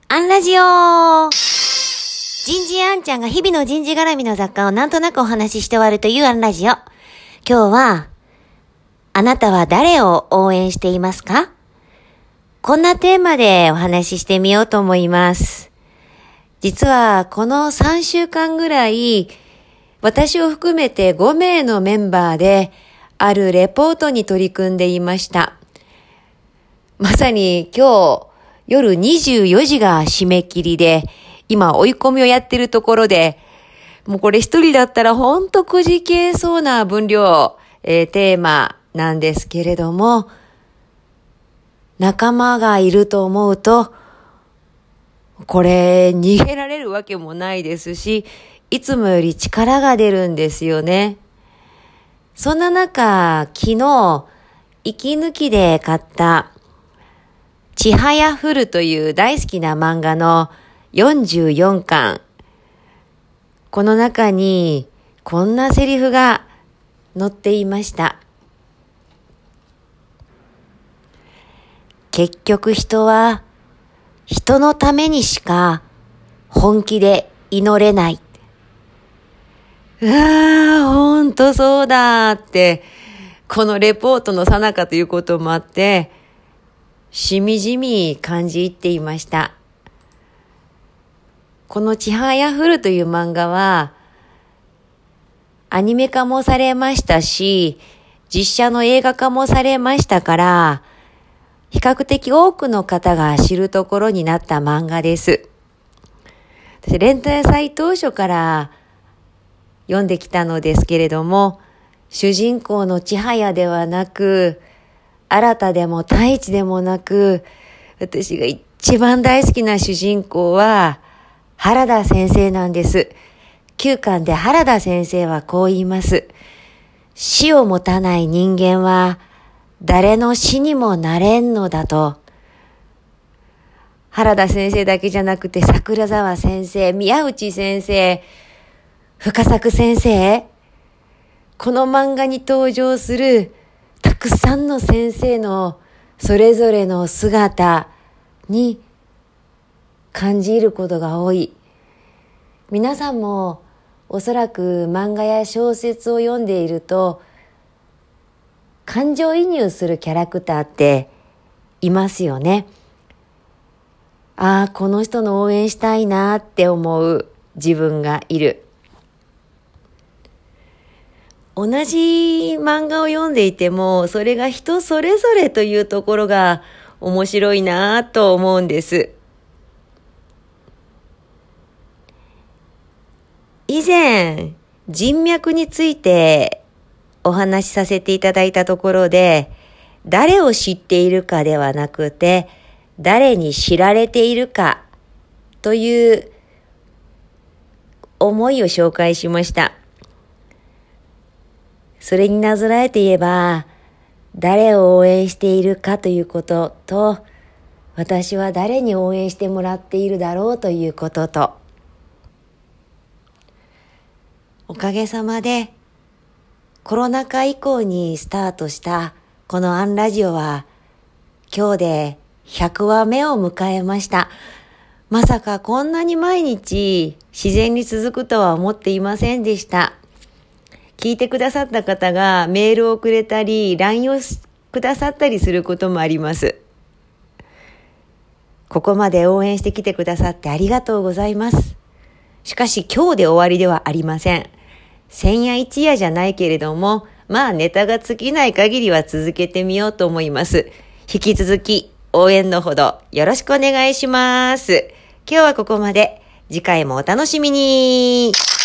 アンラジオ人事あんちゃんが日々の人事絡みの雑貨をなんとなくお話しして終わるというアンラジオ。今日は、あなたは誰を応援していますか？こんなテーマでお話ししてみようと思います。実はこの3週間ぐらい、私を含めて5名のメンバーであるレポートに取り組んでいました。まさに今日夜24時が締め切りで、今追い込みをやってるところで、もうこれ一人だったらほんとくじけそうな分量、テーマなんですけれども、仲間がいると思うと、これ逃げられるわけもないですし、いつもより力が出るんですよね。そんな中、昨日、息抜きで買ったちはやふるという大好きな漫画の44巻。この中にこんなセリフが載っていました。結局人は人のためにしか本気で祈れない。ほんとそうだって、このレポートの最中ということもあって、しみじみ感じ入っていました。このちはやふるという漫画は、アニメ化もされましたし、実写の映画化もされましたから、比較的多くの方が知るところになった漫画です。私、連載最当初から読んできたのですけれども、主人公のちはやではなく、新でも太一でもなく、私が一番大好きな主人公は原田先生なんです。9巻で原田先生はこう言います。死を持たない人間は誰の死にもなれんのだと。原田先生だけじゃなくて桜沢先生、宮内先生、深作先生、この漫画に登場するたくさんの先生のそれぞれの姿に感じることが多い。皆さんもおそらく漫画や小説を読んでいると感情移入するキャラクターっていますよね。この人の応援したいなって思う自分がいる。同じ漫画を読んでいても、それが人それぞれというところが面白いなと思うんです。以前、人脈についてお話しさせていただいたところで、誰を知っているかではなくて、誰に知られているかという思いを紹介しました。それになぞらえて言えば、誰を応援しているかということと、私は誰に応援してもらっているだろうということと、おかげさまでコロナ禍以降にスタートしたこのアンラジオは今日で100話目を迎えました。まさかこんなに毎日自然に続くとは思っていませんでした。聞いてくださった方がメールをくれたり、LINE をくださったりすることもあります。ここまで応援してきてくださってありがとうございます。しかし今日で終わりではありません。千夜一夜じゃないけれども、ネタが尽きない限りは続けてみようと思います。引き続き応援のほどよろしくお願いします。今日はここまで。次回もお楽しみに。